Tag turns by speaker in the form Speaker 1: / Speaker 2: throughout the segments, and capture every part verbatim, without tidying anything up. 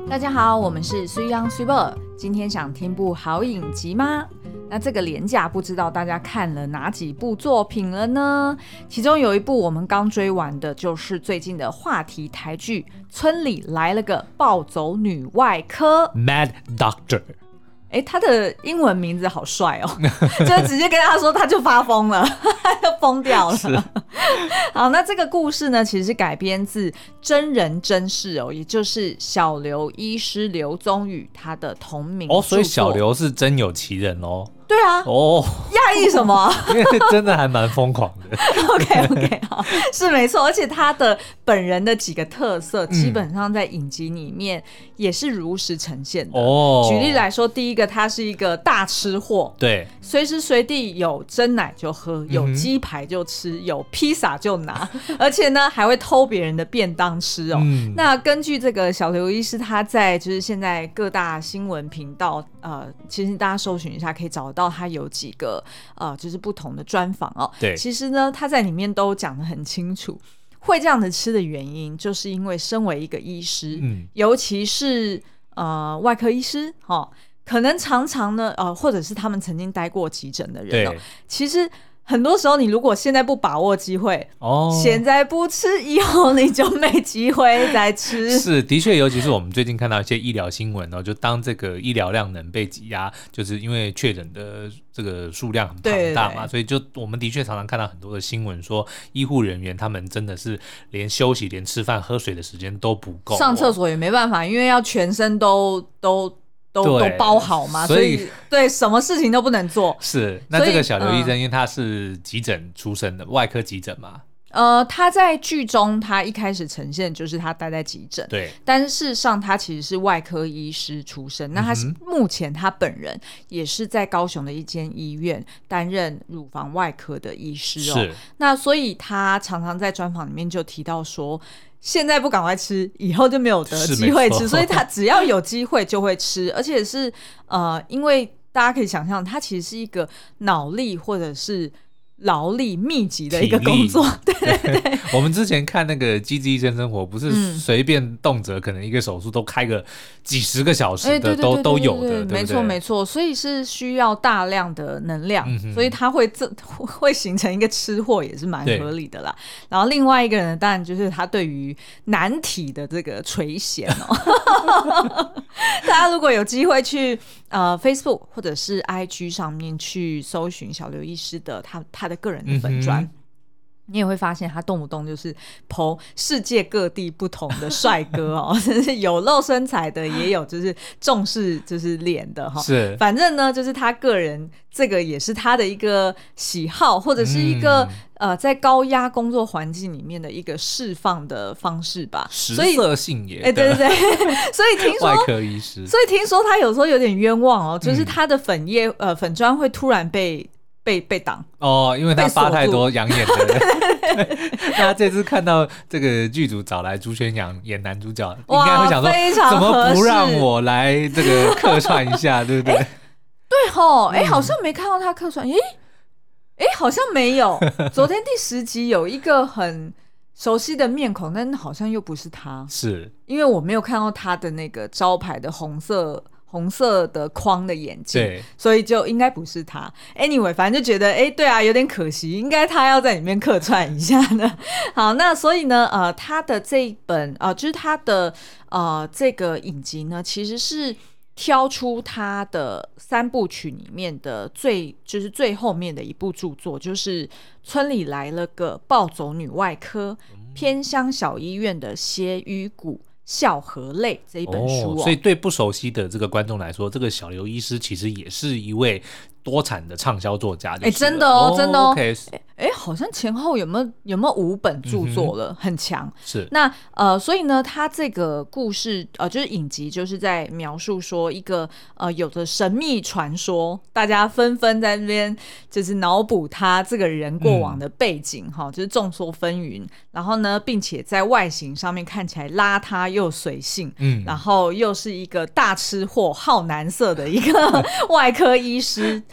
Speaker 1: 大家好，我们是水央水宝，今天想听部好影集吗？那这个连假不知道大家看了哪几部作品了呢？其中有一部我们刚追完的，就是最近的话题台剧《村里来了个暴走女外科》
Speaker 2: Mad Doctor。
Speaker 1: 哎，他的英文名字好帅哦，就直接跟他说他就发疯了，他就疯掉了。好，那这个故事呢，其实是改编自真人真事哦，也就是小刘医师刘宗宇他的同名著作。
Speaker 2: 哦，所以小刘是真有其人哦。
Speaker 1: 对啊，
Speaker 2: 哦，
Speaker 1: 讶异什么？
Speaker 2: 因为真的还蛮疯狂的。
Speaker 1: OK OK， 好，是没错，而且他的本人的几个特色，基本上在影集里面也是如实呈现的。哦，举例来说，第一个，他是一个大吃货，
Speaker 2: 对，
Speaker 1: 随时随地有珍奶就喝，有鸡排就吃，嗯、有披萨就拿，而且呢还会偷别人的便当吃哦。嗯、那根据这个小刘医师，他在就是现在各大新闻频道，呃，其实大家搜寻一下可以找到他有几个呃，就是不同的专访哦。
Speaker 2: 对，
Speaker 1: 其实呢，他在里面都讲得很清楚，会这样子吃的原因，就是因为身为一个医师，嗯、尤其是呃外科医师，哦，可能常常呢，呃，或者是他们曾经待过急诊的人哦，其实。很多时候你如果现在不把握机会、哦、现在不吃以后你就没机会再吃。
Speaker 2: 是的确，尤其是我们最近看到一些医疗新闻、哦、就当这个医疗量能被挤压，就是因为确诊的这个数量很庞大嘛，所以就我们的确常常看到很多的新闻说医护人员他们真的是连休息连吃饭喝水的时间都不够、哦、
Speaker 1: 上厕所也没办法，因为要全身都都都, 都包好嘛，所以, 所以对什么事情都不能做。
Speaker 2: 是，那这个小刘医生、嗯、因为他是急诊出身的，外科急诊嘛。
Speaker 1: 呃，他在剧中他一开始呈现就是他待在急诊，
Speaker 2: 对，
Speaker 1: 但是事实上他其实是外科医师出身。那他、嗯、目前他本人也是在高雄的一间医院担任乳房外科的医师哦。是，那所以他常常在专访里面就提到说，现在不赶快吃，以后就没有得机会吃，所以他只要有机会就会吃，而且是呃，因为大家可以想象，他其实是一个脑力或者是劳力密集的一个工作。对对对，
Speaker 2: 我们之前看那个《机智医生生活》，不是随便动辄可能一个手术都开个几十个小时的，欸、对对对对对对都都有的，对不对？
Speaker 1: 没错没错，所以是需要大量的能量，嗯、所以他会这会形成一个吃货，也是蛮合理的啦。然后另外一个人，当然就是他对于难题的这个垂涎哦。大家如果有机会去呃 Facebook 或者是 I G 上面去搜寻小刘医师的他他的个人的粉专、嗯，你也会发现他动不动就是 po 世界各地不同的帅哥哦，就是有露身材的，也有就是重视就是脸的哈、哦。是，反正呢，就是他个人这个也是他的一个喜好，或者是一个、嗯、呃在高压工作环境里面的一个释放的方式吧。
Speaker 2: 食色性也，
Speaker 1: 哎、欸，对对对，所以听说
Speaker 2: 外科医师，
Speaker 1: 所以听说他有时候有点冤枉哦，就是他的粉页、嗯、呃粉专会突然被。被被挡
Speaker 2: 哦，因为他发太多养眼的人。那这次看到这个剧组找来朱轩洋演男主角，应该会想说，怎么不让我来这个客串一下，对不对？
Speaker 1: 欸、对吼，哎、欸，好像没看到他客串，哎、欸，哎、欸，好像没有。昨天第十集有一个很熟悉的面孔，但好像又不是他，
Speaker 2: 是因
Speaker 1: 为我没有看到他的那个招牌的红色。红色的框的眼镜，对，所以就应该不是他。Anyway， 反正就觉得，哎，对啊，有点可惜，应该他要在里面客串一下呢。好，那所以呢，呃，他的这一本，呃，就是他的呃这个影集呢，其实是挑出他的三部曲里面的最，就是最后面的一部著作，就是村里来了个暴走女外科，嗯、偏乡小医院的血与骨。笑和泪这一本书、哦
Speaker 2: 哦、所以对不熟悉的这个观众来说，这个小刘医师其实也是一位多产的畅销作家。哎、
Speaker 1: 欸，真的哦，哦真的哦。
Speaker 2: 哎、
Speaker 1: okay 欸，好像前后有没有有没有五本著作了，嗯、很强。
Speaker 2: 是
Speaker 1: 那呃，所以呢，他这个故事呃，就是影集，就是在描述说一个呃，有着神秘传说，大家纷纷在那边就是脑补他这个人过往的背景哈、嗯，就是众说纷纭。然后呢，并且在外形上面看起来邋遢又随性，嗯，然后又是一个大吃货、好男色的一个外科医师。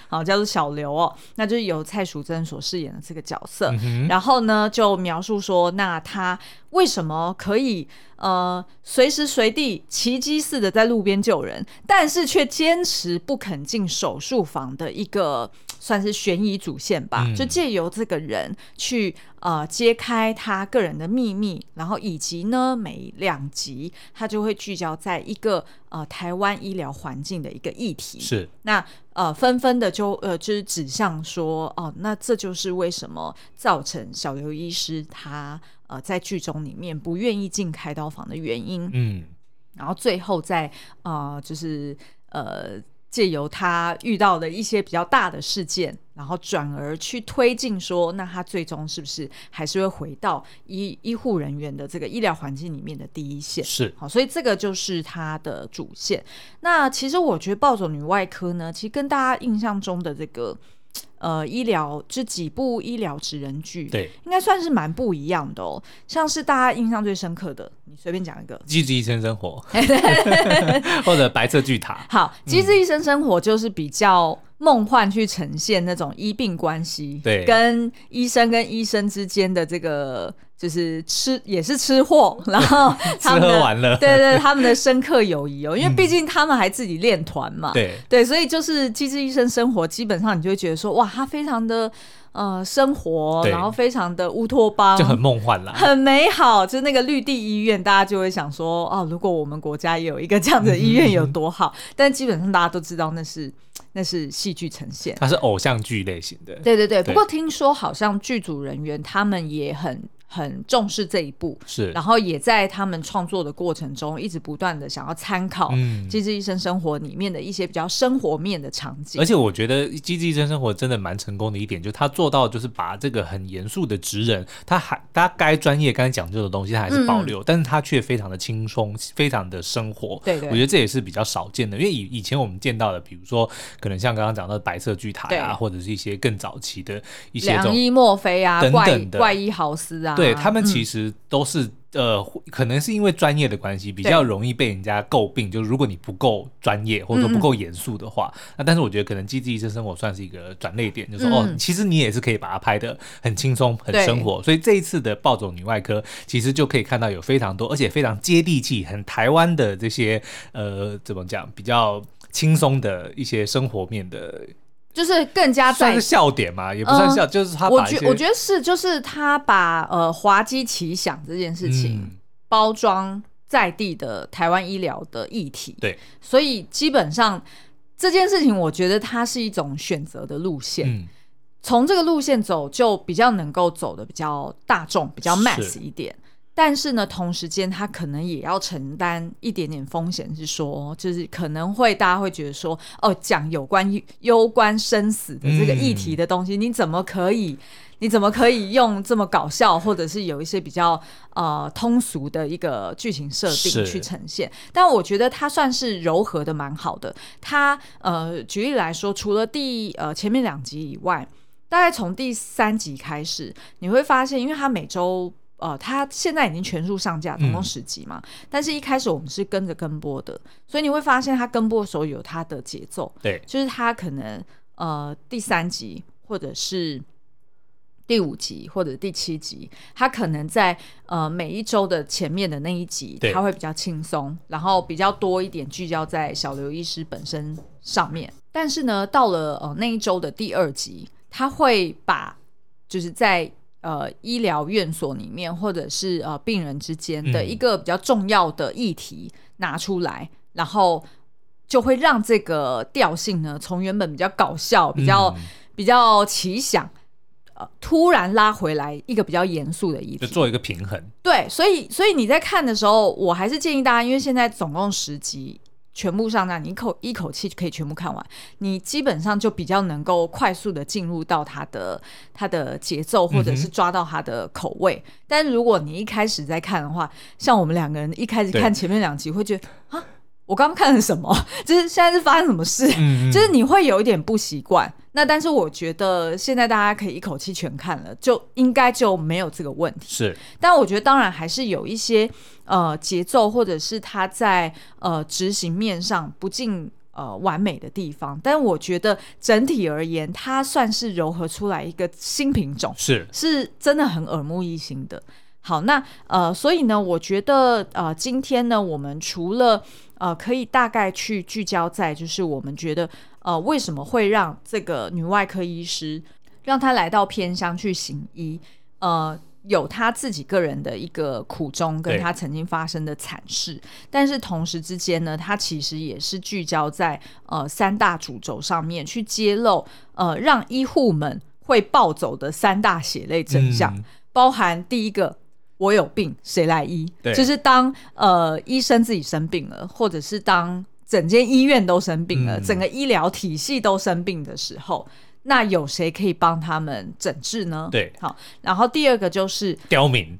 Speaker 1: 好，叫做小刘哦，那就是由蔡淑臻所饰演的这个角色、嗯、然后呢就描述说那他为什么可以呃随时随地奇迹似的在路边救人，但是却坚持不肯进手术房的一个算是悬疑主线吧、嗯、就借由这个人去呃揭开他个人的秘密，然后以及呢每两集他就会聚焦在一个呃台湾医疗环境的一个议题，
Speaker 2: 是
Speaker 1: 那呃纷纷的就呃就是指向说哦，那这就是为什么造成小刘医师他呃在剧中里面不愿意进开刀房的原因，嗯，然后最后再呃就是呃借由他遇到的一些比较大的事件，然后转而去推进说那他最终是不是还是会回到医医护人员的这个医疗环境里面的第一线，
Speaker 2: 是
Speaker 1: 好，所以这个就是他的主线。那其实我觉得暴走女外科呢，其实跟大家印象中的这个呃医疗这几部医疗职人剧，
Speaker 2: 对，
Speaker 1: 应该算是蛮不一样的哦。像是大家印象最深刻的，你随便讲一个，
Speaker 2: 机智医生生活或者白色巨塔。
Speaker 1: 好，机智医生生活就是比较梦幻去呈现那种医病关系，
Speaker 2: 对，
Speaker 1: 跟医生跟医生之间的这个就是吃也是吃货，然后他们的
Speaker 2: 吃喝玩乐，
Speaker 1: 对对，他们的深刻友谊哦，因为毕竟他们还自己练团嘛，
Speaker 2: 嗯、对
Speaker 1: 对，所以就是机智医生生活，基本上你就会觉得说，哇，他非常的呃生活，然后非常的乌托邦，
Speaker 2: 就很梦幻啦，
Speaker 1: 很美好。就是那个绿地医院，大家就会想说，哦，如果我们国家也有一个这样的医院有多好？嗯、但基本上大家都知道那是。那是戏剧呈现，
Speaker 2: 它是偶像剧类型的，
Speaker 1: 对对对。不过听说好像剧组人员他们也很很重视这一部，
Speaker 2: 是，然
Speaker 1: 后也在他们创作的过程中一直不断的想要参考《机智医生生活》里面的一些比较生活面的场景。
Speaker 2: 而且我觉得《机智医生生活》真的蛮成功的一点，就是他做到就是把这个很严肃的职人，他还他该专业该讲究的东西他还是保留，嗯、但是他却非常的轻松，非常的生活。
Speaker 1: 对对，
Speaker 2: 我觉得这也是比较少见的，因为以以前我们见到的，比如说可能像刚刚讲到的白色巨塔啊，或者是一些更早期的一些
Speaker 1: 良医墨菲啊，
Speaker 2: 等等的
Speaker 1: 怪医豪斯啊，
Speaker 2: 对他们其实。嗯都是呃，可能是因为专业的关系，比较容易被人家诟病。就是如果你不够专业，或者说不够严肃的话，嗯嗯那但是我觉得可能《机智医生生活》算是一个转捩点，就是说、嗯、哦，其实你也是可以把它拍得很轻松、很生活。所以这一次的《暴走女外科》其实就可以看到有非常多，而且非常接地气、很台湾的这些呃，怎么讲，比较轻松的一些生活面的。
Speaker 1: 就是更加在
Speaker 2: 算是笑点嘛，也不算笑，嗯、就是他把一些
Speaker 1: 我觉我觉得是，就是他把呃滑稽奇想这件事情、嗯、包装在地的台湾医疗的议题，
Speaker 2: 对，
Speaker 1: 所以基本上这件事情，我觉得它是一种选择的路线。嗯，从这个路线走，就比较能够走的比较大众，比较 mass 一点。但是呢，同时间他可能也要承担一点点风险，是说，就是可能会大家会觉得说，哦，讲有关攸关生死的这个议题的东西，嗯、你怎么可以，你怎么可以用这么搞笑，或者是有一些比较呃通俗的一个剧情设定去呈现？但我觉得它算是柔和的蛮好的。它呃，举例来说，除了第呃前面两集以外，大概从第三集开始，你会发现，因为它每周。呃，它现在已经全数上架，总共十集嘛、嗯。但是一开始我们是跟着跟播的，所以你会发现它跟播的时候有它的节奏。
Speaker 2: 对，
Speaker 1: 就是它可能呃第三集或者是第五集或者第七集，它可能在呃每一周的前面的那一集，它会比较轻松，然后比较多一点聚焦在小刘医师本身上面。但是呢，到了呃那一周的第二集，它会把就是在呃，医疗院所里面，或者是呃病人之间的一个比较重要的议题拿出来，嗯、然后就会让这个调性呢，从原本比较搞笑、比较、嗯、比较奇想，呃，突然拉回来一个比较严肃的议题，
Speaker 2: 就做一个平衡。
Speaker 1: 对，所以所以你在看的时候，我还是建议大家，因为现在总共十集。全部上架，你一口一口气可以全部看完，你基本上就比较能够快速的进入到它的它的节奏，或者是抓到它的口味。嗯、但是如果你一开始在看的话，像我们两个人一开始看前面两集，会觉得啊，我刚刚看了什么？就是现在是发生什么事？嗯、就是你会有一点不习惯。那但是我觉得现在大家可以一口气全看了，就应该就没有这个问题。
Speaker 2: 是，
Speaker 1: 但我觉得当然还是有一些呃节奏，或者是他在呃执行面上不尽呃完美的地方，但我觉得整体而言它算是糅合出来一个新品种，
Speaker 2: 是
Speaker 1: 是真的很耳目一新的。好，那呃，所以呢，我觉得呃，今天呢，我们除了呃，可以大概去聚焦在，就是我们觉得呃，为什么会让这个女外科医师让她来到偏乡去行医，呃，有她自己个人的一个苦衷，跟她曾经发生的惨事，但是同时之间呢，她其实也是聚焦在呃三大主轴上面去揭露，呃，让医护们会暴走的三大血泪真相，嗯、包含第一个。我有病谁来医，就是当呃医生自己生病了，或者是当整间医院都生病了、嗯、整个医疗体系都生病的时候，那有谁可以帮他们诊治呢？
Speaker 2: 对，
Speaker 1: 好，然后第二个就是
Speaker 2: 刁民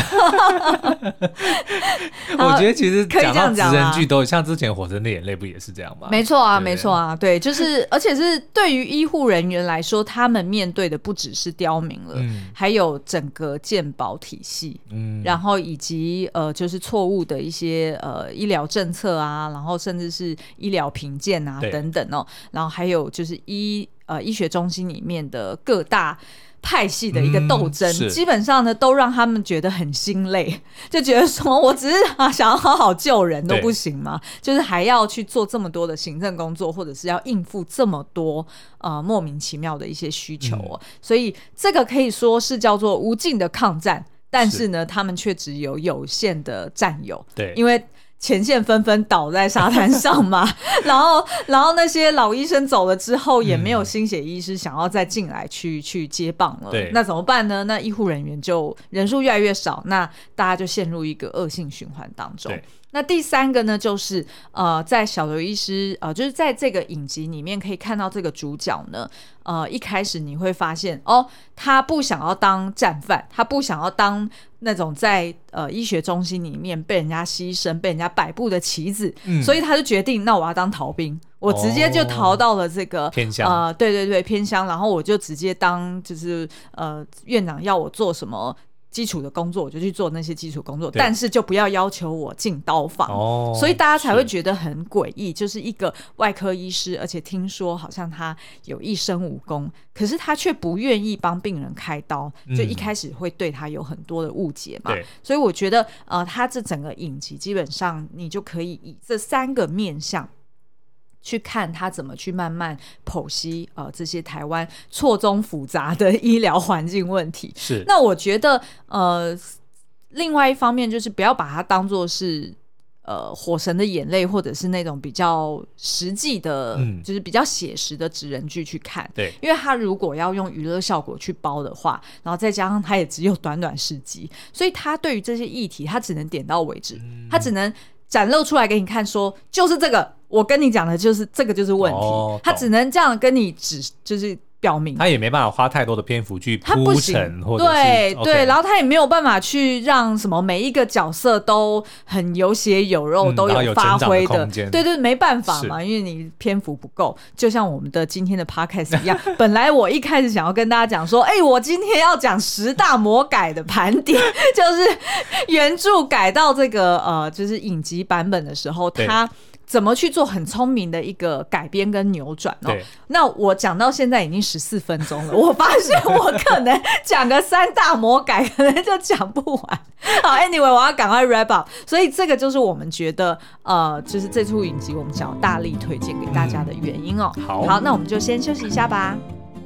Speaker 2: 我觉得其实讲到职人剧都像之前火神的眼泪不也是这样吗？
Speaker 1: 没错啊，没错啊，对，就是而且是对于医护人员来说，他们面对的不只是刁民了、嗯、还有整个健保体系、嗯、然后以及呃就是错误的一些呃医疗政策啊，然后甚至是医疗评鉴啊等等哦，然后还有就是医呃医学中心里面的各大派系的一个斗争、嗯、基本上呢都让他们觉得很心累，就觉得说我只是、啊、想要好好救人都不行吗？就是还要去做这么多的行政工作，或者是要应付这么多呃莫名其妙的一些需求、哦嗯、所以这个可以说是叫做无尽的抗战，但是呢是他们却只有有限的战友，对，因为前线纷纷倒在沙滩上嘛然后然后那些老医生走了之后也没有新血医师想要再进来去去接棒了，那怎么办呢？那医护人员就人数越来越少，那大家就陷入一个恶性循环当中。那第三个呢，就是呃，在小刘医师呃，就是在这个影集里面可以看到这个主角呢，呃，一开始你会发现哦，他不想要当战犯，他不想要当那种在呃医学中心里面被人家牺牲、被人家摆布的棋子、嗯，所以他就决定，那我要当逃兵，我直接就逃到了这个、哦、
Speaker 2: 偏乡，
Speaker 1: 呃，对对对，偏乡，然后我就直接当就是呃院长要我做什么。基础的工作我就去做那些基础工作，但是就不要要求我进刀房、哦、所以大家才会觉得很诡异，就是一个外科医师，而且听说好像他有一身武功，可是他却不愿意帮病人开刀，就一开始会对他有很多的误解嘛、嗯、所以我觉得呃，他这整个影集基本上你就可以以这三个面向去看他怎么去慢慢剖析呃这些台湾错综复杂的医疗环境问题。是，那我觉得呃，另外一方面就是不要把它当作是呃火神的眼泪，或者是那种比较实际的、嗯、就是比较写实的职人剧去看。对，因为他如果要用娱乐效果去包的话，然后再加上他也只有短短十集，所以他对于这些议题他只能点到为止、嗯、他只能展露出来给你看说就是这个，我跟你讲的就是这个就是问题、哦、他只能这样跟你指就是表明，
Speaker 2: 他也没办法花太多的篇幅去铺陈，或者是
Speaker 1: 对、
Speaker 2: okay、
Speaker 1: 对，然后他也没有办法去让什么每一个角色都很有血有肉、嗯、都有发挥 的, 的对对，没办法嘛，因为你篇幅不够，就像我们的今天的 podcast 一样本来我一开始想要跟大家讲说哎、欸，我今天要讲十大魔改的盘点就是原著改到这个呃，就是影集版本的时候，他怎么去做很聪明的一个改编跟扭转哦？那我讲到现在已经十四分钟了，我发现我可能讲个三大魔改可能就讲不完。好 ，anyway， 我要赶快 wrap up， 所以这个就是我们觉得呃，就是这出影集我们想要大力推荐给大家的原因哦。嗯、好, 好，那我们就先休息一下吧。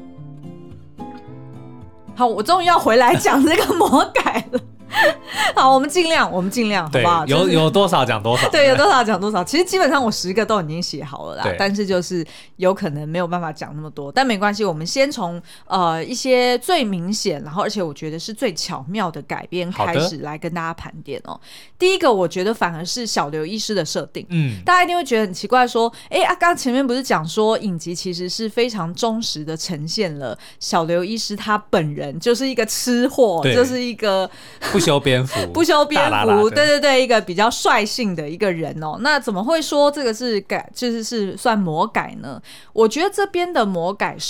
Speaker 1: 好，我终于要回来讲这个魔改了。好，我们尽量，我们尽量，好不好？
Speaker 2: 有、就是、有多少讲多少，
Speaker 1: 对，有多少讲多少。其实基本上我十个都已经写好了啦，但是就是有可能没有办法讲那么多，但没关系，我们先从呃一些最明显，然后而且我觉得是最巧妙的改编开始来跟大家盘点哦。第一个，我觉得反而是小刘医师的设定，嗯，大家一定会觉得很奇怪，说，哎啊，刚前面不是讲说影集其实是非常忠实的呈现了小刘医师他本人就是一个吃货，就是一个。
Speaker 2: 不修边幅
Speaker 1: 不修边幅，大拉拉，对对对，一个比较率性的一个人哦。那怎么会说这个是改，就是是算魔改呢？我觉得这边的魔改是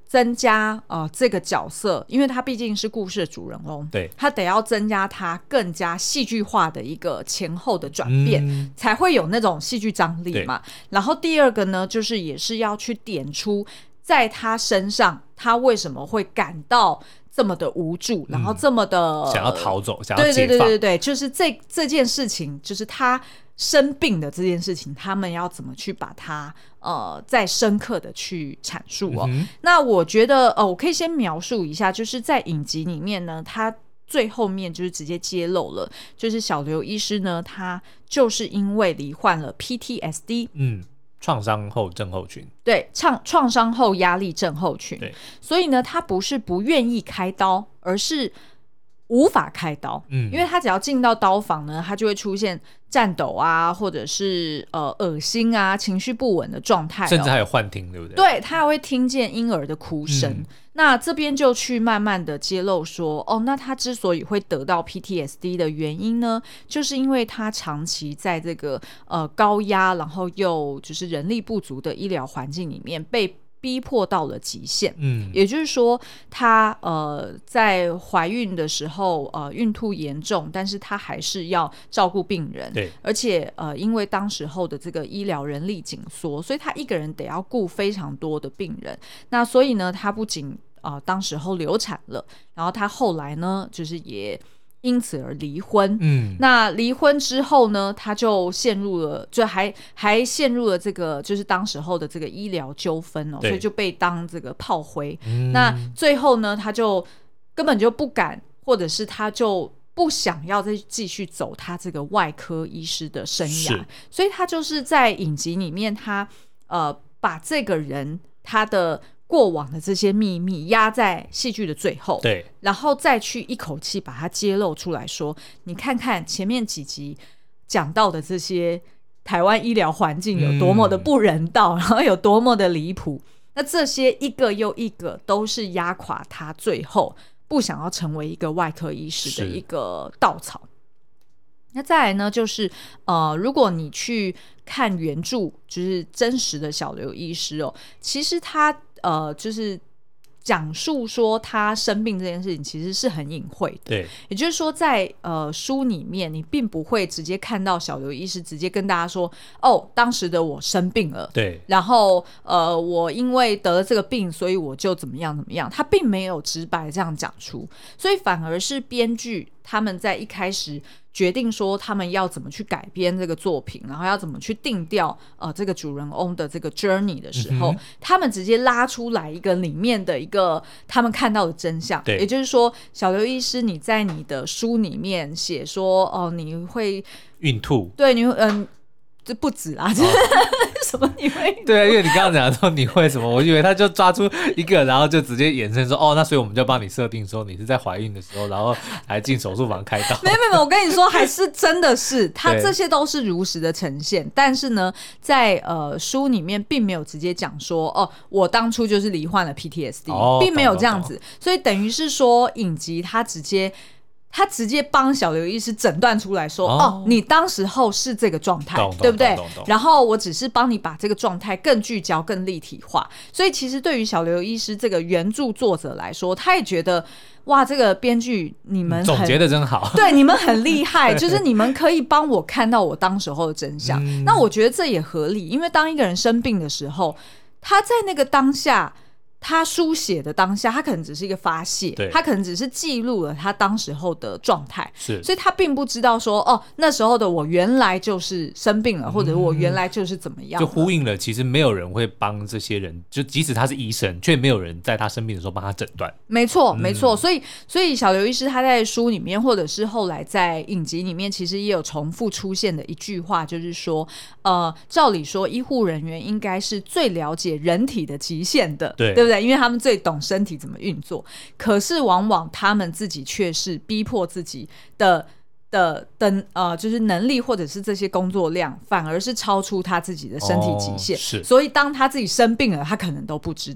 Speaker 1: 增加呃这个角色，因为他毕竟是故事的主人翁，
Speaker 2: 对，
Speaker 1: 他得要增加他更加戏剧化的一个前后的转变，
Speaker 2: 嗯、
Speaker 1: 才会有那种戏剧张力嘛。然后第二个呢，就是也是要去点出在他身上他为什么会感到这么的无助，然后这么的、
Speaker 2: 嗯、想要逃走，想要解放，
Speaker 1: 对对对对对，就是这这件事情，就是他生病的这件事情，他们要怎么去把它呃再深刻的去阐述哦、嗯、那我觉得呃我可以先描述一下，就是在影集里面呢，他最后面就是直接揭露了，就是小刘医师呢，他就是因为罹患了 P T S D，
Speaker 2: 嗯，创伤后症候群，
Speaker 1: 对，创创伤后压力症候群，
Speaker 2: 对，
Speaker 1: 所以呢，他不是不愿意开刀，而是无法开刀，嗯，因为他只要进到刀房呢，他就会出现颤抖啊，或者是呃恶心啊、情绪不稳的状态、哦，
Speaker 2: 甚至还有幻听，对不对？
Speaker 1: 对，他还会听见婴儿的哭声。嗯、那这边就去慢慢的揭露说，哦，那他之所以会得到 P T S D 的原因呢，就是因为他长期在这个呃高压，然后又就是人力不足的医疗环境里面被逼迫到了极限，嗯，也就是说她呃在怀孕的时候呃孕吐严重，但是她还是要照顾病人，
Speaker 2: 对，
Speaker 1: 而且呃因为当时候的这个医疗人力紧缩，所以她一个人得要顾非常多的病人，那所以呢她不仅呃当时候流产了，然后她后来呢就是也因此而离婚，嗯，那离婚之后呢，他就陷入了，就还还陷入了这个就是当时候的这个医疗纠纷哦，所以就被当这个炮灰、嗯。那最后呢，他就根本就不敢，或者是他就不想要再继续走他这个外科医师的生涯，所以他就是在影集里面他，他呃把这个人他的过往的这些秘密压在戏剧的最后，
Speaker 2: 对，
Speaker 1: 然后再去一口气把它揭露出来说，你看看前面几集讲到的这些台湾医疗环境有多么的不人道、嗯、然后有多么的离谱，那这些一个又一个都是压垮他最后不想要成为一个外科医师的一个稻草。那再来呢，就是呃，如果你去看原著，就是真实的小刘医师哦，其实他呃，就是讲述说他生病这件事情其实是很隐晦的，
Speaker 2: 对，
Speaker 1: 也就是说在呃书里面你并不会直接看到小刘医师直接跟大家说，哦，当时的我生病了，
Speaker 2: 对，
Speaker 1: 然后呃我因为得了这个病，所以我就怎么样怎么样，他并没有直白这样讲出，所以反而是编剧他们在一开始决定说他们要怎么去改编这个作品，然后要怎么去定调呃这个主人翁的这个 journey 的时候、嗯、他们直接拉出来一个里面的一个他们看到的真相，
Speaker 2: 对，
Speaker 1: 也就是说小刘医师你在你的书里面写说哦、呃、你会
Speaker 2: 孕吐，
Speaker 1: 对，你嗯这不止啦、哦、什么你会
Speaker 2: 对啊，因为你刚刚讲说你会什么，我以为他就抓出一个然后就直接衍生说哦，那所以我们就帮你设定说你是在怀孕的时候然后还进手术房开刀
Speaker 1: 没有没有，我跟你说还是真的是他这些都是如实的呈现，但是呢在呃书里面并没有直接讲说哦我当初就是罹患了 P T S D、哦、并没有这样子，所以等于是说影集他直接他直接帮小刘医师诊断出来说 哦, 哦你当时候是这个状态对不对，然后我只是帮你把这个状态更聚焦更立体化，所以其实对于小刘医师这个原著作者来说，他也觉得哇这个编剧你们
Speaker 2: 总结的真好，
Speaker 1: 对，你们很厉害就是你们可以帮我看到我当时候的真相、嗯、那我觉得这也合理，因为当一个人生病的时候，他在那个当下他书写的当下他可能只是一个发泄，他可能只是记录了他当时候的状态，
Speaker 2: 是，
Speaker 1: 所以他并不知道说哦那时候的我原来就是生病了、嗯、或者我原来就是怎么样，
Speaker 2: 就呼应了其实没有人会帮这些人，就即使他是医生却没有人在他生病的时候帮他诊断，
Speaker 1: 没错没错、嗯、所以所以小刘医师他在书里面或者是后来在影集里面其实也有重复出现的一句话，就是说呃，照理说医护人员应该是最了解人体的极限的，对对不对，因为他们最懂身体怎么运作，可是往往他们自己却是逼迫自己的的的呃，就是能力或者是这些工作量反而是超出他自己的身体极限、哦、
Speaker 2: 是，
Speaker 1: 所以当他自己生病了他可能都不知道，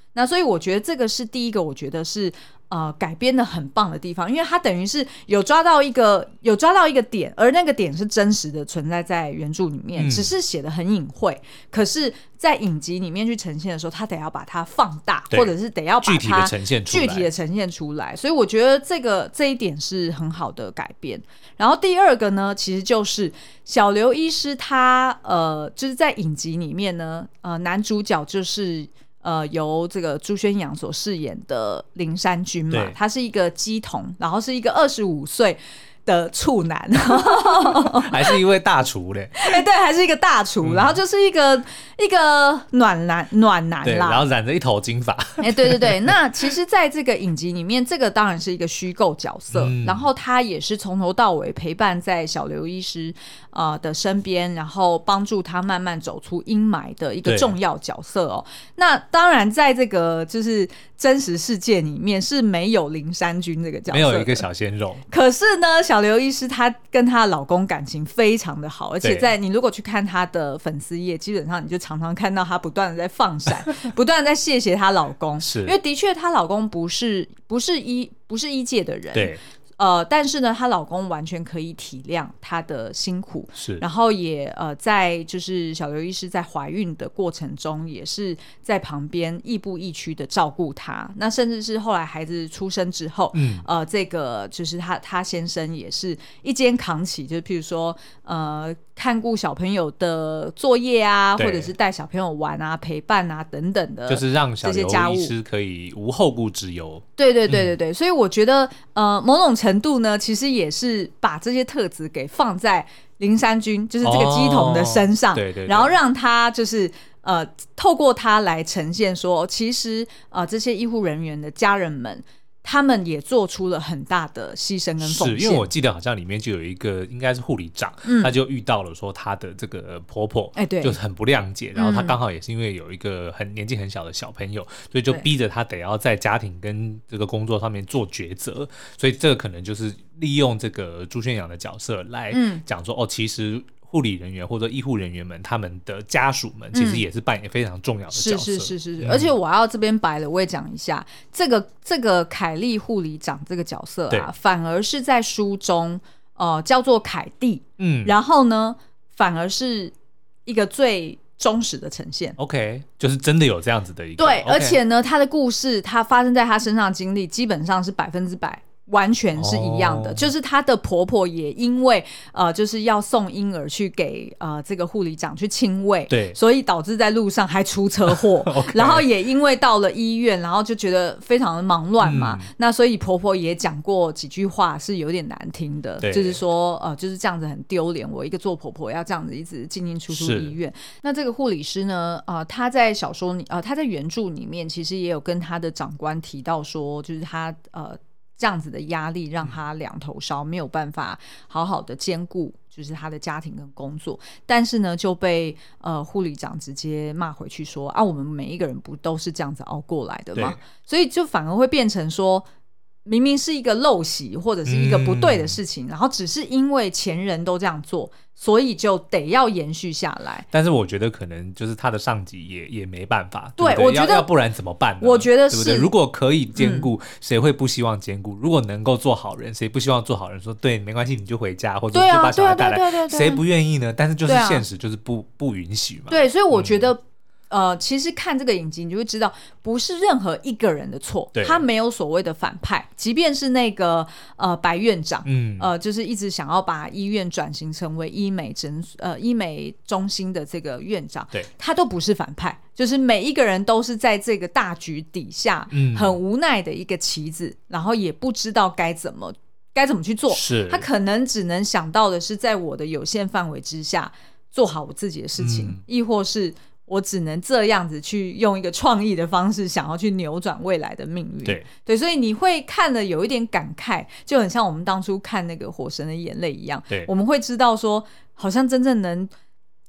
Speaker 1: 那所以我觉得这个是第一个，我觉得是呃改编的很棒的地方，因为它等于是有抓到一个有抓到一个点，而那个点是真实的存在在原著里面，嗯、只是写的很隐晦，可是在影集里面去呈现的时候，他得要把它放大，或者是得要把它
Speaker 2: 具体的呈现出来，
Speaker 1: 具体的呈现出来。所以我觉得这个这一点是很好的改编。然后第二个呢，其实就是小刘医师他呃，就是在影集里面呢，呃，男主角就是呃由这个朱轩洋所饰演的林山君嘛，他是一个乩童，然后是一个二十五岁的处男
Speaker 2: 还是一位大厨嘞
Speaker 1: 哎、欸，对，还是一个大厨、嗯、然后就是一个一个暖男暖男啦，
Speaker 2: 然后染着一头金发
Speaker 1: 哎、欸，对对对那其实在这个影集里面，这个当然是一个虚构角色、嗯、然后他也是从头到尾陪伴在小刘医师、呃、的身边，然后帮助他慢慢走出阴霾的一个重要角色哦。那当然在这个就是真实世界里面是没有林山君这个角色，
Speaker 2: 没有一个小鲜肉，
Speaker 1: 可是呢小刘医师她跟她老公感情非常的好，而且在你如果去看她的粉丝页，基本上你就常常看到她不断的在放闪不断的在谢谢她老公，是因为的确她老公不是不是医不是医界的人，对呃，但是呢她老公完全可以体谅她的辛苦，是然后也呃在就是小刘医师在怀孕的过程中也是在旁边亦步亦趋的照顾她，那甚至是后来孩子出生之后、嗯、呃这个就是他他先生也是一肩扛起，就是譬如说呃看顾小朋友的作业啊，或者是带小朋友玩啊陪伴啊等等的，
Speaker 2: 就是让小刘医师可以无后顾之忧。
Speaker 1: 对对对对对、嗯、所以我觉得呃某种程度呢其实也是把这些特质给放在林山君就是这个乩童的身上、哦、对对对，然后让他就是呃透过他来呈现说其实呃这些医护人员的家人们他们也做出了很大的牺牲跟奉献。
Speaker 2: 是因为我记得好像里面就有一个应该是护理长、嗯、他就遇到了说他的这个婆婆、欸、对就是很不谅解，然后他刚好也是因为有一个很年纪很小的小朋友、嗯、所以就逼着他得要在家庭跟这个工作上面做抉择，所以这个可能就是利用这个朱轩洋的角色来讲说、嗯、哦其实护理人员或者医护人员们他们的家属们其实也是扮演非常重要的角色、嗯、
Speaker 1: 是是是是、嗯、而且我要这边白了我也讲一下这个这个凯莉护理长这个角色啊，反而是在书中呃叫做凯蒂，嗯，然后呢反而是一个最忠实的呈现。
Speaker 2: OK 就是真的有这样子的一个
Speaker 1: 对、
Speaker 2: okay、
Speaker 1: 而且呢他的故事他发生在他身上的经历基本上是百分之百完全是一样的、哦、就是她的婆婆也因为呃就是要送婴儿去给呃这个护理长去亲喂，对，所以导致在路上还出车祸、okay、然后也因为到了医院然后就觉得非常的忙乱嘛、嗯、那所以婆婆也讲过几句话是有点难听的，就是说呃就是这样子很丢脸，我一个做婆婆要这样子一直进进出出医院。那这个护理师呢呃他在小说里呃他在原著里面其实也有跟他的长官提到说就是他呃这样子的压力让他两头烧，没有办法好好的兼顾就是他的家庭跟工作，但是呢就被呃护理长直接骂回去说啊我们每一个人不都是这样子熬过来的吗？所以就反而会变成说明明是一个陋习或者是一个不对的事情、嗯、然后只是因为前人都这样做所以就得要延续下来。
Speaker 2: 但是我觉得可能就是他的上级也也没办法， 对, 对, 对我觉得 要, 要不然怎么办呢？
Speaker 1: 我觉得是
Speaker 2: 对不对？如果可以兼顾、嗯、谁会不希望兼顾？如果能够做好人谁不希望做好人，说对没关系你就回家或者就把小孩带来，谁不愿意呢？但是就是现实就是不、啊、不允许嘛。
Speaker 1: 对，所以我觉得、嗯呃，其实看这个影集你就会知道不是任何一个人的错，他没有所谓的反派，即便是那个呃白院长、嗯、呃就是一直想要把医院转型成为医美诊呃医美中心的这个院长，对，他都不是反派，就是每一个人都是在这个大局底下很无奈的一个棋子、嗯、然后也不知道该怎么该怎么去做，是他可能只能想到的是在我的有限范围之下做好我自己的事情、嗯、亦或是我只能这样子去用一个创意的方式想要去扭转未来的命运。 对, 对所以你会看了有一点感慨，就很像我们当初看那个火神的眼泪一样，对，我们会知道说好像真正能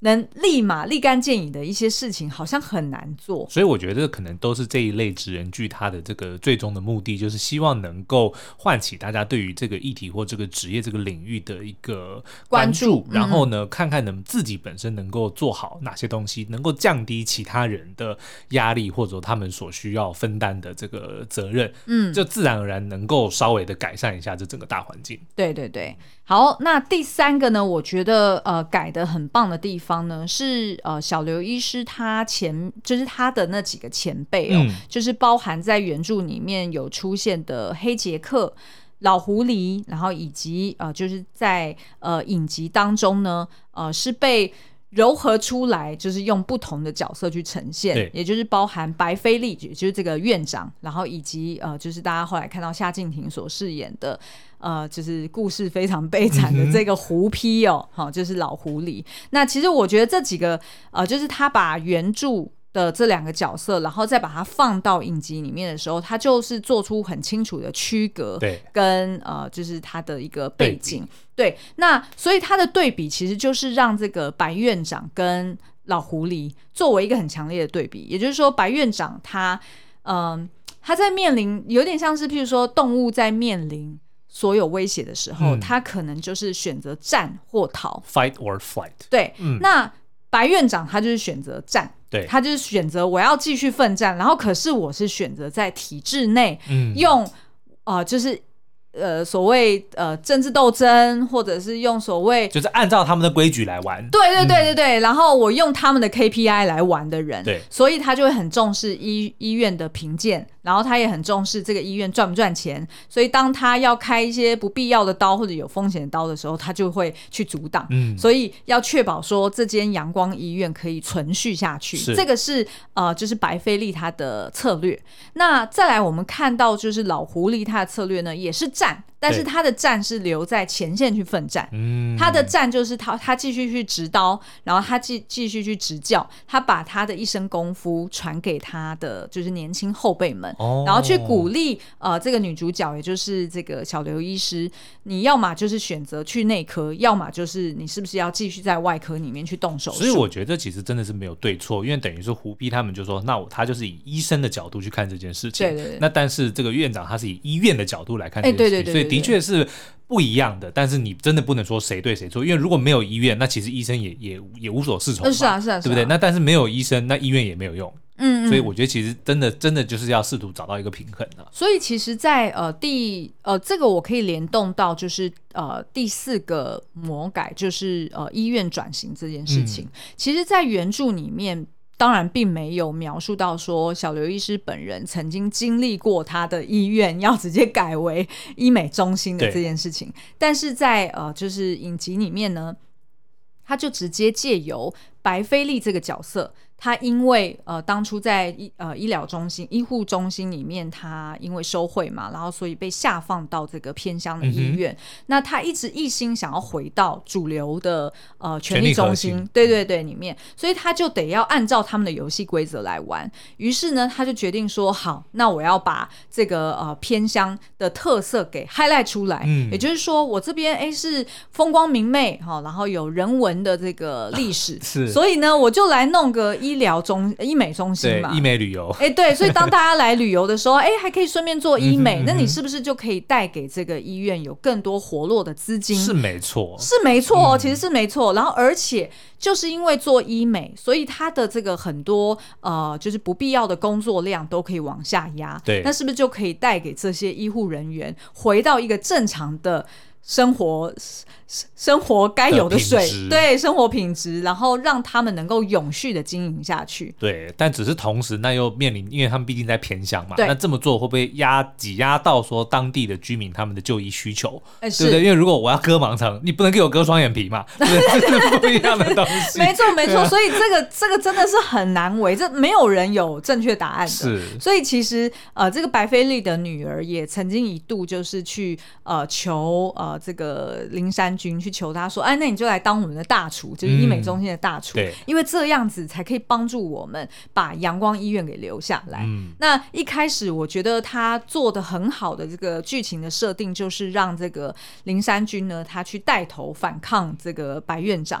Speaker 1: 能立马立竿见影的一些事情好像很难做，
Speaker 2: 所以我觉得可能都是这一类职人剧它的这个最终的目的，就是希望能够唤起大家对于这个议题或这个职业这个领域的一个关注，然后呢、嗯、看看能自己本身能够做好哪些东西，能够降低其他人的压力或者他们所需要分担的这个责任，嗯，就自然而然能够稍微的改善一下这整个大环境。
Speaker 1: 对对对，好，那第三个呢，我觉得呃改得很棒的地方呢是呃小刘医师他前就是他的那几个前辈哦、嗯，就是包含在原著里面有出现的黑杰克、老狐狸，然后以及呃就是在呃影集当中呢呃是被糅合出来，就是用不同的角色去呈现，也就是包含白菲利，也就是这个院长，然后以及呃，就是大家后来看到夏靖庭所饰演的，呃，就是故事非常悲惨的这个狐批哦，好、嗯，就是老狐狸。那其实我觉得这几个呃，就是他把原著的这两个角色，然后再把它放到影集里面的时候，他就是做出很清楚的区隔，
Speaker 2: 对，
Speaker 1: 跟呃，就是他的一个背景，对。那所以他的对比其实就是让这个白院长跟老狐狸作为一个很强烈的对比，也就是说，白院长他，嗯、呃，他在面临有点像是，譬如说动物在面临所有威胁的时候，嗯、他可能就是选择战或逃
Speaker 2: ，fight or flight。
Speaker 1: 对，嗯、那白院长他就是选择战。
Speaker 2: 对，
Speaker 1: 他就是选择我要继续奋战，然后可是我是选择在体制内、嗯、用呃就是呃所谓呃政治斗争，或者是用所谓
Speaker 2: 就是按照他们的规矩来玩，
Speaker 1: 对对对对对、嗯、然后我用他们的 K P I 来玩的人，
Speaker 2: 对，
Speaker 1: 所以他就会很重视医医院的评鉴，然后他也很重视这个医院赚不赚钱，所以当他要开一些不必要的刀或者有风险的刀的时候，他就会去阻挡、嗯、所以要确保说这间阳光医院可以存续下去，这个是呃就是白菲利他的策略。那再来我们看到就是老狐狸他的策略呢也是战，但是他的战是留在前线去奋战，他的战就是他他继续去执刀，然后他继继续去执教，他把他的一身功夫传给他的就是年轻后辈们，哦、然后去鼓励呃这个女主角，也就是这个小刘医师，你要么就是选择去内科，要么就是你是不是要继续在外科里面去动手术。
Speaker 2: 所以我觉得其实真的是没有对错，因为等于是胡逼他们就说，那我他就是以医生的角度去看这件事情，
Speaker 1: 对对对，
Speaker 2: 那但是这个院长他是以医院的角度来看这件事情，欸、对对对对对对，所以的确是不一样的，但是你真的不能说谁对谁错，因为如果没有医院，那其实医生也也也无所适从嘛，
Speaker 1: 是啊是啊，
Speaker 2: 对不对？那但是没有医生，那医院也没有用。
Speaker 1: 嗯，
Speaker 2: 所以我觉得其实真的真的就是要试图找到一个平衡的。
Speaker 1: 所以其实在，在呃第呃这个我可以联动到就是呃第四个魔改，就是呃医院转型这件事情。嗯、其实，在原著里面。当然并没有描述到说小刘医师本人曾经经历过他的医院要直接改为医美中心的这件事情，但是在呃就是影集里面呢，他就直接借由白菲利这个角色，他因为呃当初在医呃医疗中心医护中心里面，他因为收贿嘛，然后所以被下放到这个偏乡的医院、嗯、那他一直一心想要回到主流的呃权力中心，对对对里面，所以他就得要按照他们的游戏规则来玩。于是呢他就决定说，好，那我要把这个呃偏乡的特色给 highlight 出来、嗯、也就是说我这边哎是风光明媚、哦、然后有人文的这个历史
Speaker 2: 是，
Speaker 1: 所以呢我就来弄个医疗中医美中心嘛，
Speaker 2: 对，医美旅游，
Speaker 1: 哎，对，所以当大家来旅游的时候，哎，还可以顺便做医美，嗯、那你是不是就可以带给这个医院有更多活络的资金？
Speaker 2: 是没错，
Speaker 1: 是没错、哦嗯，其实是没错。然后，而且就是因为做医美，所以它的这个很多呃，就是不必要的工作量都可以往下压。
Speaker 2: 对，
Speaker 1: 那是不是就可以带给这些医护人员回到一个正常的生活？生活该有的水，对生活品质，然后让他们能够永续的经营下去。
Speaker 2: 对，但只是同时，那又面临，因为他们毕竟在偏乡嘛，那这么做会不会压挤压到说当地的居民他们的就医需求？欸、对不对？因为如果我要割盲肠，你不能给我割双眼皮嘛，对不对？这是不一样的东西。
Speaker 1: 没错，没错。所以这个这个真的是很难为，这没有人有正确答案的。
Speaker 2: 是。
Speaker 1: 所以其实呃，这个白菲利的女儿也曾经一度就是去呃求呃这个林山君去求他说，哎，那你就来当我们的大厨，就是医美中心的大厨、嗯，因为这样子才可以帮助我们把阳光医院给留下来。嗯、那一开始我觉得他做的很好的这个剧情的设定，就是让这个林山君呢，他去带头反抗这个白院长。
Speaker 2: 对。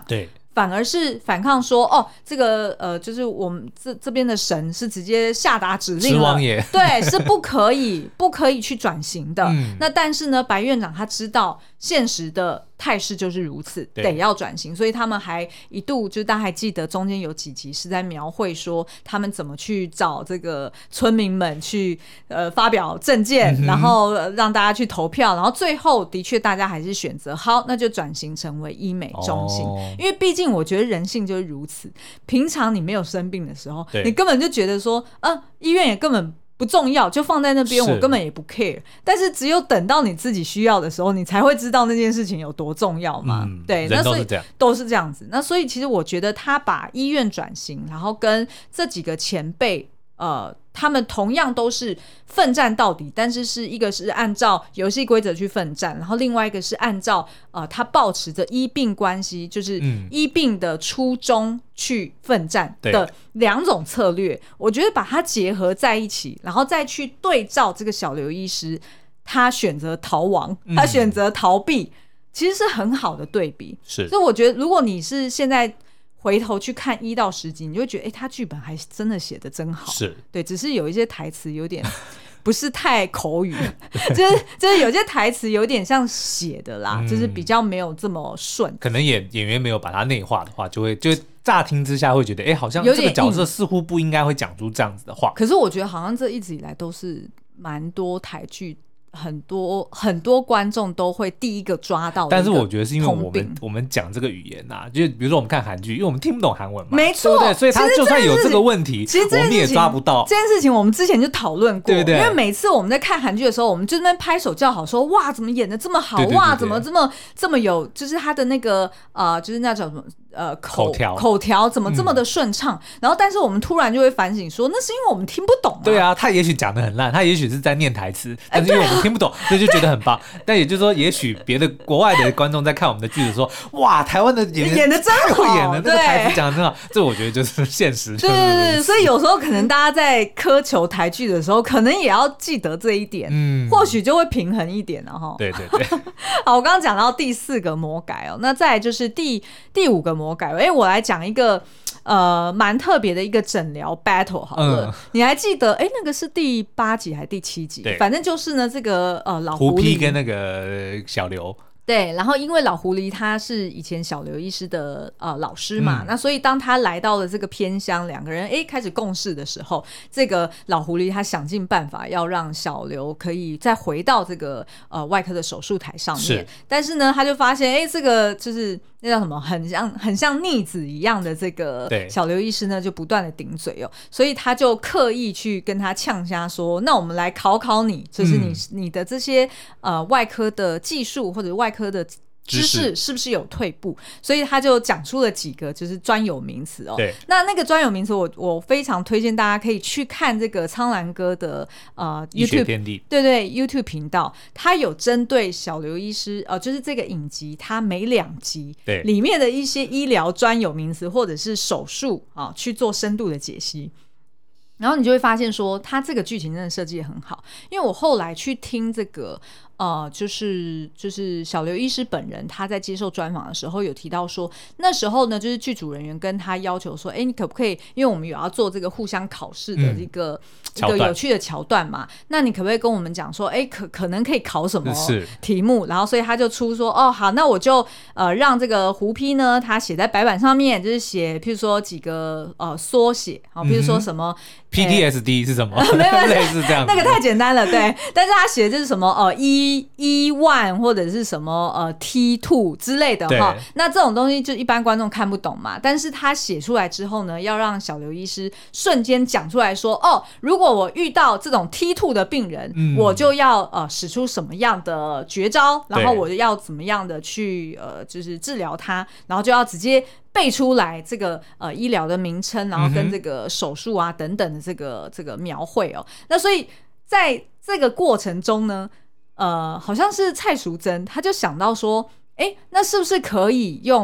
Speaker 1: 反而是反抗说，哦，这个呃，就是我们这这边的神是直接下达指令了，
Speaker 2: 之王爷
Speaker 1: 对，是不可以不可以去转型的。
Speaker 2: 嗯、
Speaker 1: 那但是呢，白院长他知道现实的态势就是如此，得要转型，所以他们还一度就大家还记得中间有几集是在描绘说他们怎么去找这个村民们去呃发表政见、嗯，然后让大家去投票，然后最后的确大家还是选择好，那就转型成为医美中心，哦、因为毕竟我觉得人性就是如此，平常你没有生病的时候，你根本就觉得说，嗯、呃，医院也根本不重要，就放在那边，我根本也不 care。但是只有等到你自己需要的时候，你才会知道那件事情有多重要嘛。嗯、对，那所以都是这样子。那所以其实我觉得他把医院转型，然后跟这几个前辈，呃。他们同样都是奋战到底，但是是一个是按照游戏规则去奋战，然后另外一个是按照呃他抱持着医病关系，就是医病的初衷去奋战的两种策略。我觉得把它结合在一起，然后再去对照这个小刘医师，他选择逃亡，他选择逃避，嗯、其实是很好的对比。是，所以我觉得如果你是现在回头去看一到十集，你就会觉得，哎、欸，他剧本还真的写得真好。是，对，只是有一些台词有点不是太口语，就是就是有些台词有点像写的啦，嗯、就是比较没有这么顺。
Speaker 2: 可能演演员没有把它内化的话，就会就会乍听之下会觉得，哎、欸，好像这个角色似乎不应该会讲出这样子的话。
Speaker 1: 可是我觉得好像这一直以来都是蛮多台剧。很多很多观众都会第一个抓到的，
Speaker 2: 但是我觉得是因为我们我们讲这个语言啊，就是比如说我们看韩剧，因为我们听不懂韩文嘛，
Speaker 1: 没错，
Speaker 2: 对，所以他就算有这个问题，
Speaker 1: 其实
Speaker 2: 我们也抓不到。
Speaker 1: 这件事情我们之前就讨论过，
Speaker 2: 对对，
Speaker 1: 因为每次我们在看韩剧的时候，我们就在那边拍手叫好说，哇，怎么演的这么好，对对对对，哇，怎么这么这么有，就是他的那个呃，就是那叫什么。呃，口
Speaker 2: 口条
Speaker 1: 口条怎么这么的顺畅、嗯？然后，但是我们突然就会反省说，那是因为我们听不懂、啊。
Speaker 2: 对啊，他也许讲得很烂，他也许是在念台词，但是因为我们听不懂，欸啊、所以就觉得很棒。但也就是说，也许别的国外的观众在看我们的剧的时候，哇，台湾的演员
Speaker 1: 演的真好，
Speaker 2: 演的那个台词讲的真好，这我觉得就是现实。
Speaker 1: 对对对，所以有时候可能大家在苛求台剧的时候，可能也要记得这一点，嗯，或许就会平衡一点了哈。
Speaker 2: 对对对。
Speaker 1: 好，我刚刚讲到第四个魔改哦，那再来就是第第五个魔改，哎，我来。讲一个呃蛮特别的一个诊疗 battle 好了、嗯，你还记得？哎，那个是第八集还是第七集？反正就是呢，这个呃老狐
Speaker 2: 狸跟那个小刘。
Speaker 1: 对，然后因为老狐狸他是以前小刘医师的呃老师嘛、嗯，那所以当他来到了这个偏乡，两个人哎开始共事的时候，这个老狐狸他想尽办法要让小刘可以再回到这个呃外科的手术台上面，是但是呢，他就发现哎这个就是那叫什么，很像很像逆子一样的这个小刘医师呢，就不断的顶嘴哦，所以他就刻意去跟他呛瞎说，那我们来考考你，就是你、嗯、你的这些呃外科的技术或者外科的知识是不是有退步，所以他就讲出了几个就是专有名词哦。对，那那个专有名词我我非常推荐大家可以去看这个苍兰哥的呃 YouTube 对对 YouTube 频道，他有针对小刘医师呃就是这个影集，他每两集对里面的一些医疗专有名词或者是手术啊去做深度的解析。然后你就会发现说他这个剧情真的设计得很好，因为我后来去听这个呃，就是就是小刘医师本人他在接受专访的时候有提到说，那时候呢就是剧组人员跟他要求说，哎，你可不可以，因为我们有要做这个互相考试的一个、嗯、一个有趣的桥段嘛，那你可不可以跟我们讲说，哎，可可能可以考什么题目？然后所以他就出说，哦好，那我就呃让这个胡批呢他写在白板上面，就是写譬如说几个呃缩写啊，譬如说什么、嗯
Speaker 2: P T S D 是什么？
Speaker 1: 没有
Speaker 2: 类似这样，
Speaker 1: 那个太简单了，对。但是他写的就是什么呃 E E one 或者是什么呃 T two 之类的哈。那这种东西就一般观众看不懂嘛。但是他写出来之后呢，要让小刘医师瞬间讲出来说，哦，如果我遇到这种 T two 的病人，嗯、我就要呃使出什么样的绝招，然后我就要怎么样的去呃就是治疗他，然后就要直接背出来这个呃医疗的名称，然后跟这个手术啊等等的这个这个描绘哦。那所以在这个过程中呢，呃，好像是蔡淑珍，他就想到说，哎，那是不是可以用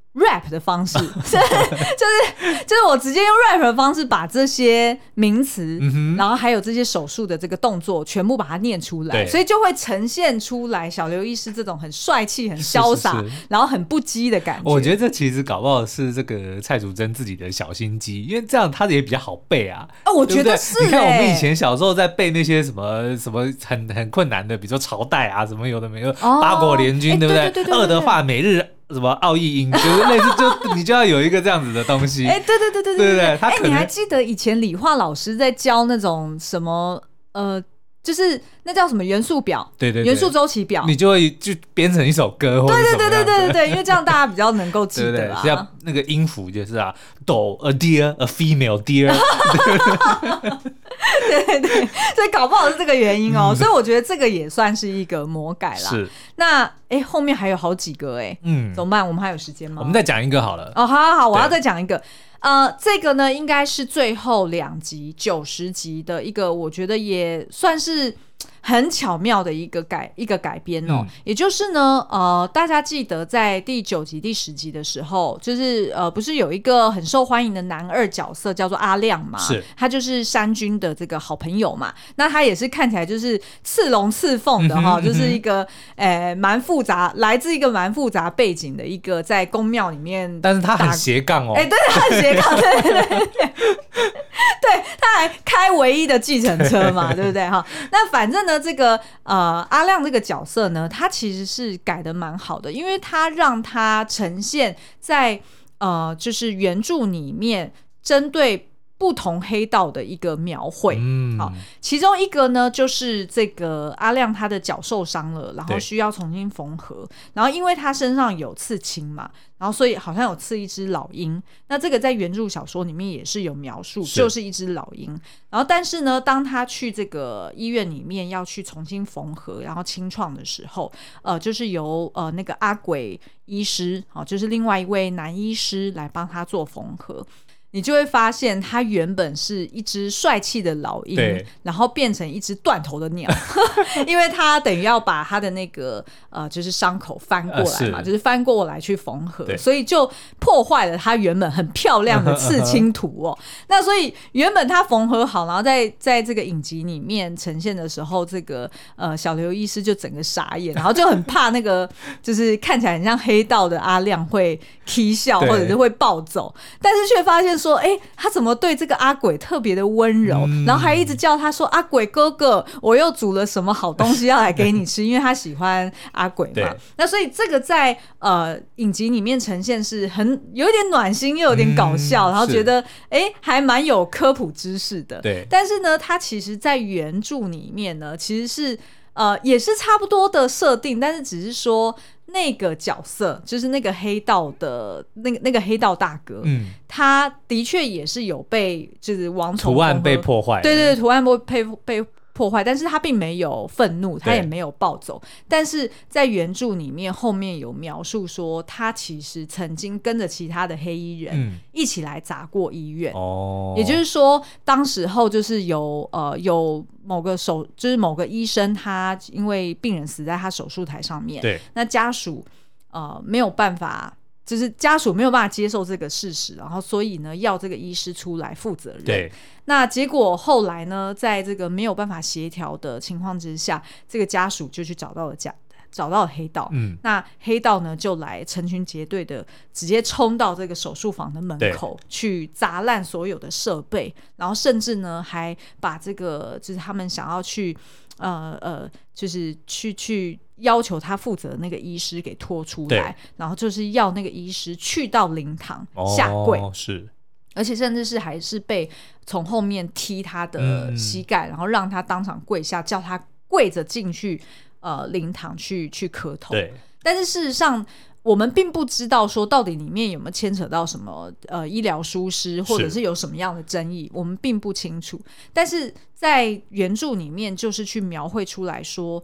Speaker 1: rap 的方式就是就是我直接用 rap 的方式把这些名词、嗯、然后还有这些手术的这个动作全部把它念出来，所以就会呈现出来小刘医师这种很帅气很潇洒然后很不羁的感觉。
Speaker 2: 我觉得这其实搞不好是这个蔡淑臻自己的小心机，因为这样他也比较好背啊、
Speaker 1: 哦、我觉得是、欸、
Speaker 2: 你看我们以前小时候在背那些什么什么很很困难的，比如说朝代啊什么有的没有、哦、八国联军、欸、对不 对, 对, 对, 对, 对, 对, 对，鄂德法每日什么奥义音，就是类似就你就要有一个这样子的东西。
Speaker 1: 哎、欸，对对对对对对对。哎、
Speaker 2: 欸，
Speaker 1: 你还记得以前理化老师在教那种什么呃，就是那叫什么元素表？
Speaker 2: 对对对，
Speaker 1: 元素周期表，
Speaker 2: 你就会就编成一首歌或者什么样的。
Speaker 1: 对对对对对对，因为这样大家比较能够记得啊。对对
Speaker 2: 对，像那个音符就是啊，哆 a deer a female deer
Speaker 1: 对对对，所以搞不好是这个原因哦、嗯。所以我觉得这个也算是一个魔改啦。
Speaker 2: 是。
Speaker 1: 那哎，后面还有好几个哎，嗯，怎么办？我们还有时间吗？
Speaker 2: 我们再讲一个好了。
Speaker 1: 哦，好好好，我要再讲一个。呃，这个呢，应该是最后两集九十集的一个，我觉得也算是很巧妙的一个改一个改编哦、嗯。也就是呢，呃，大家记得在第九集、第十集的时候，就是呃，不是有一个很受欢迎的男二角色叫做阿亮嘛？
Speaker 2: 是，
Speaker 1: 他就是山军的这个好朋友嘛。那他也是看起来就是刺龙刺凤的哈、嗯，就是一个呃蛮复杂，来自一个蛮复杂背景的一个在宫庙里面，
Speaker 2: 但是他很斜杠哦。
Speaker 1: 哎、欸，对，他很斜杠。对对对，对，他还开唯一的计程车嘛，对不对哈？那反正呢，这个呃阿亮这个角色呢，他其实是改得蛮好的，因为他让他呈现在呃就是原著里面针对不同黑道的一个描绘、嗯、好，其中一个呢就是这个阿亮他的脚受伤了，然后需要重新缝合，然后因为他身上有刺青嘛，然后所以好像有刺一只老鹰，那这个在原著小说里面也是有描述，是就是一只老鹰。然后但是呢，当他去这个医院里面要去重新缝合然后清创的时候，呃，就是由呃那个阿鬼医师，好，就是另外一位男医师来帮他做缝合。你就会发现他原本是一只帅气的老鹰，然后变成一只断头的鸟因为他等于要把他的那个呃就是伤口翻过来嘛、呃、是就是翻过来去缝合，所以就破坏了他原本很漂亮的刺青图哦那所以原本他缝合好，然后在在这个影集里面呈现的时候，这个呃小刘医师就整个傻眼，然后就很怕那个就是看起来很像黑道的阿亮会起笑或者是会暴走，但是却发现说哎、欸，他怎么对这个阿鬼特别的温柔、嗯、然后还一直叫他说阿鬼哥哥我又煮了什么好东西要来给你吃因为他喜欢阿鬼嘛。那所以这个在呃影集里面呈现是很有点暖心又有点搞笑、嗯、然后觉得哎、欸、还蛮有科普知识的。
Speaker 2: 对，
Speaker 1: 但是呢他其实在原著里面呢其实是呃也是差不多的设定，但是只是说那个角色就是那个黑道的那个那个黑道大哥，嗯，他的确也是有被就是王宠
Speaker 2: 图案被破坏，
Speaker 1: 对对对，图案被被破坏，但是他并没有愤怒，他也没有暴走，但是在原著里面后面有描述说他其实曾经跟着其他的黑衣人一起来砸过医院、嗯、也就是说当时候就是有呃有某个手就是某个医生他因为病人死在他手术台上面，
Speaker 2: 对，
Speaker 1: 那家属呃没有办法就是家属没有办法接受这个事实，然后所以呢要这个医师出来负责任。
Speaker 2: 对，
Speaker 1: 那结果后来呢在这个没有办法协调的情况之下，这个家属就去找到了家找到了黑道、嗯、那黑道呢就来成群结队的直接冲到这个手术房的门口去砸烂所有的设备，然后甚至呢还把这个就是他们想要去呃呃就是去去要求他负责的那个医师给拖出来，然后就是要那个医师去到灵堂下跪、
Speaker 2: 哦、是，
Speaker 1: 而且甚至是还是被从后面踢他的膝盖、嗯、然后让他当场跪下，叫他跪着进去呃灵堂去去磕头。
Speaker 2: 对，
Speaker 1: 但是事实上我们并不知道说到底里面有没有牵扯到什么呃医疗疏失，或者是有什么样的争议，我们并不清楚。但是在原著里面就是去描绘出来说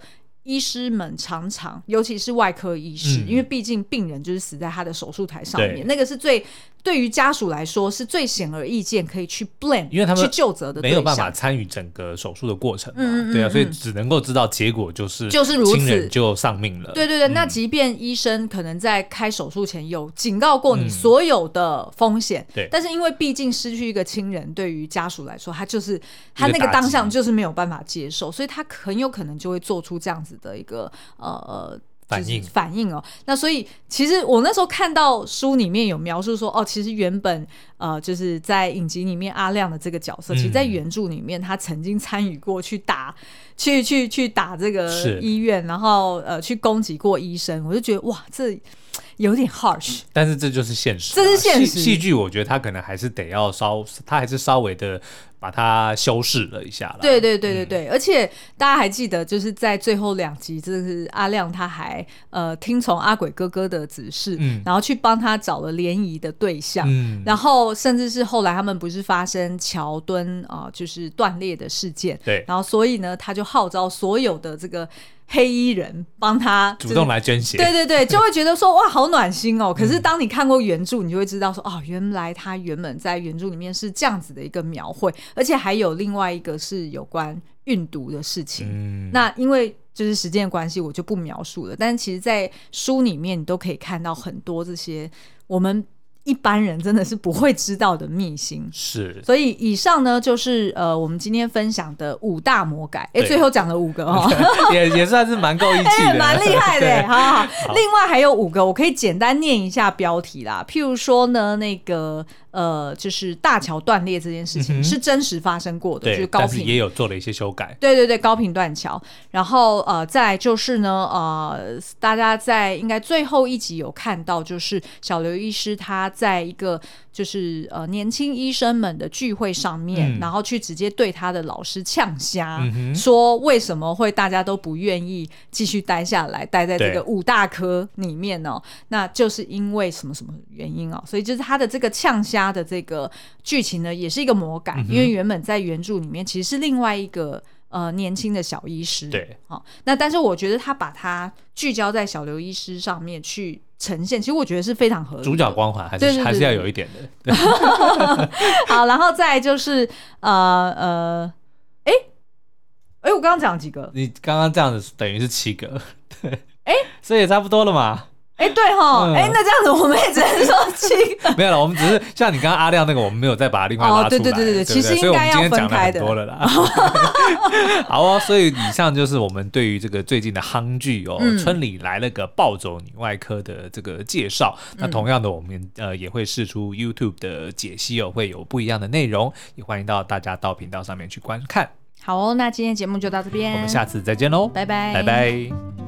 Speaker 1: 医师们常常尤其是外科医师、嗯、因为毕竟病人就是死在他的手术台上面，那个是最对于家属来说是最显而易见可以去 blame
Speaker 2: 因为他们
Speaker 1: 去究责的对象，
Speaker 2: 没有办法参与整个手术的过程嘛、
Speaker 1: 嗯嗯嗯
Speaker 2: 对啊，所以只能够知道结果就是
Speaker 1: 就是如此，
Speaker 2: 亲人就丧命了。
Speaker 1: 对对对、嗯、那即便医生可能在开手术前有警告过你所有的风险、嗯、但是因为毕竟失去一个亲人，对于家属来说他就是他那个当下就是没有办法接受，所以他很有可能就会做出这样子的一个呃
Speaker 2: 反应
Speaker 1: 反应哦。那所以其实我那时候看到书里面有描述说，哦，其实原本呃就是在影集里面阿亮的这个角色，嗯、其实在原著里面他曾经参与过去打去去去打这个医院，然后呃去攻击过医生，我就觉得哇，这有点 harsh，
Speaker 2: 但是这就是现实、啊，
Speaker 1: 这是现实。
Speaker 2: 戏剧我觉得他可能还是得要稍，他还是稍微的把它修饰了一下啦。
Speaker 1: 对对对对对、嗯，而且大家还记得，就是在最后两集，就是阿亮他还呃听从阿鬼哥哥的指示，嗯、然后去帮他找了联谊的对象，嗯、然后甚至是后来他们不是发生桥墩啊、呃，就是断裂的事件，
Speaker 2: 对，
Speaker 1: 然后所以呢，他就号召所有的这个黑衣人帮他、就是、
Speaker 2: 主动来捐血，
Speaker 1: 对对对，就会觉得说哇好暖心哦。可是当你看过原著，你就会知道说哦，原来他原本在原著里面是这样子的一个描绘，而且还有另外一个是有关运毒的事情、嗯、那因为就是时间的关系我就不描述了，但是其实在书里面你都可以看到很多这些我们一般人真的是不会知道的秘辛。
Speaker 2: 是，
Speaker 1: 所以以上呢就是呃我们今天分享的五大魔改，哎，最后讲了五个哦，
Speaker 2: 也也算是蛮够义气的，
Speaker 1: 蛮厉害的。好好好，另外还有五个，我可以简单念一下标题啦。譬如说呢，那个呃，就是大桥断裂这件事情、嗯、是真实发生过的，就是高屏，
Speaker 2: 但是也有做了一些修改。
Speaker 1: 对对对，高屏断桥。然后呃，再来就是呢，呃，大家在应该最后一集有看到，就是小刘医师他在一个就是呃年轻医生们的聚会上面、嗯、然后去直接对他的老师呛瞎、嗯、说为什么会大家都不愿意继续待下来，待在这个五大科里面哦，那就是因为什么什么原因哦，所以就是他的这个呛瞎的这个剧情呢也是一个魔改、嗯、因为原本在原著里面其实是另外一个呃年轻的小医师，
Speaker 2: 对、
Speaker 1: 哦、那但是我觉得他把他聚焦在小刘医师上面去呈现，其实我觉得是非常合理的，
Speaker 2: 主角光环还是对对对对还是要有一点的
Speaker 1: 好，然后再来就是呃呃哎哎我刚刚讲几个，
Speaker 2: 你刚刚这样子等于是七个，对，哎，所以也差不多了嘛。
Speaker 1: 哎、欸，对齁，哎、嗯欸，那这样子我们也只能说七个，
Speaker 2: 没有了，我们只是像你刚刚阿亮那个，我们没有再把它另外拉出来。哦，
Speaker 1: 对对对对对，其实应该要分开的。
Speaker 2: 所以我们今天讲了很多了啦。好哦，所以以上就是我们对于这个最近的夯剧哦，嗯《村里来了个暴走女外科》的这个介绍。嗯、那同样的，我们呃也会释出 YouTube 的解析哦，会有不一样的内容，也欢迎到大家到频道上面去观看。
Speaker 1: 好哦，那今天节目就到这边，
Speaker 2: 我们下次再见喽，
Speaker 1: 拜拜，
Speaker 2: 拜拜。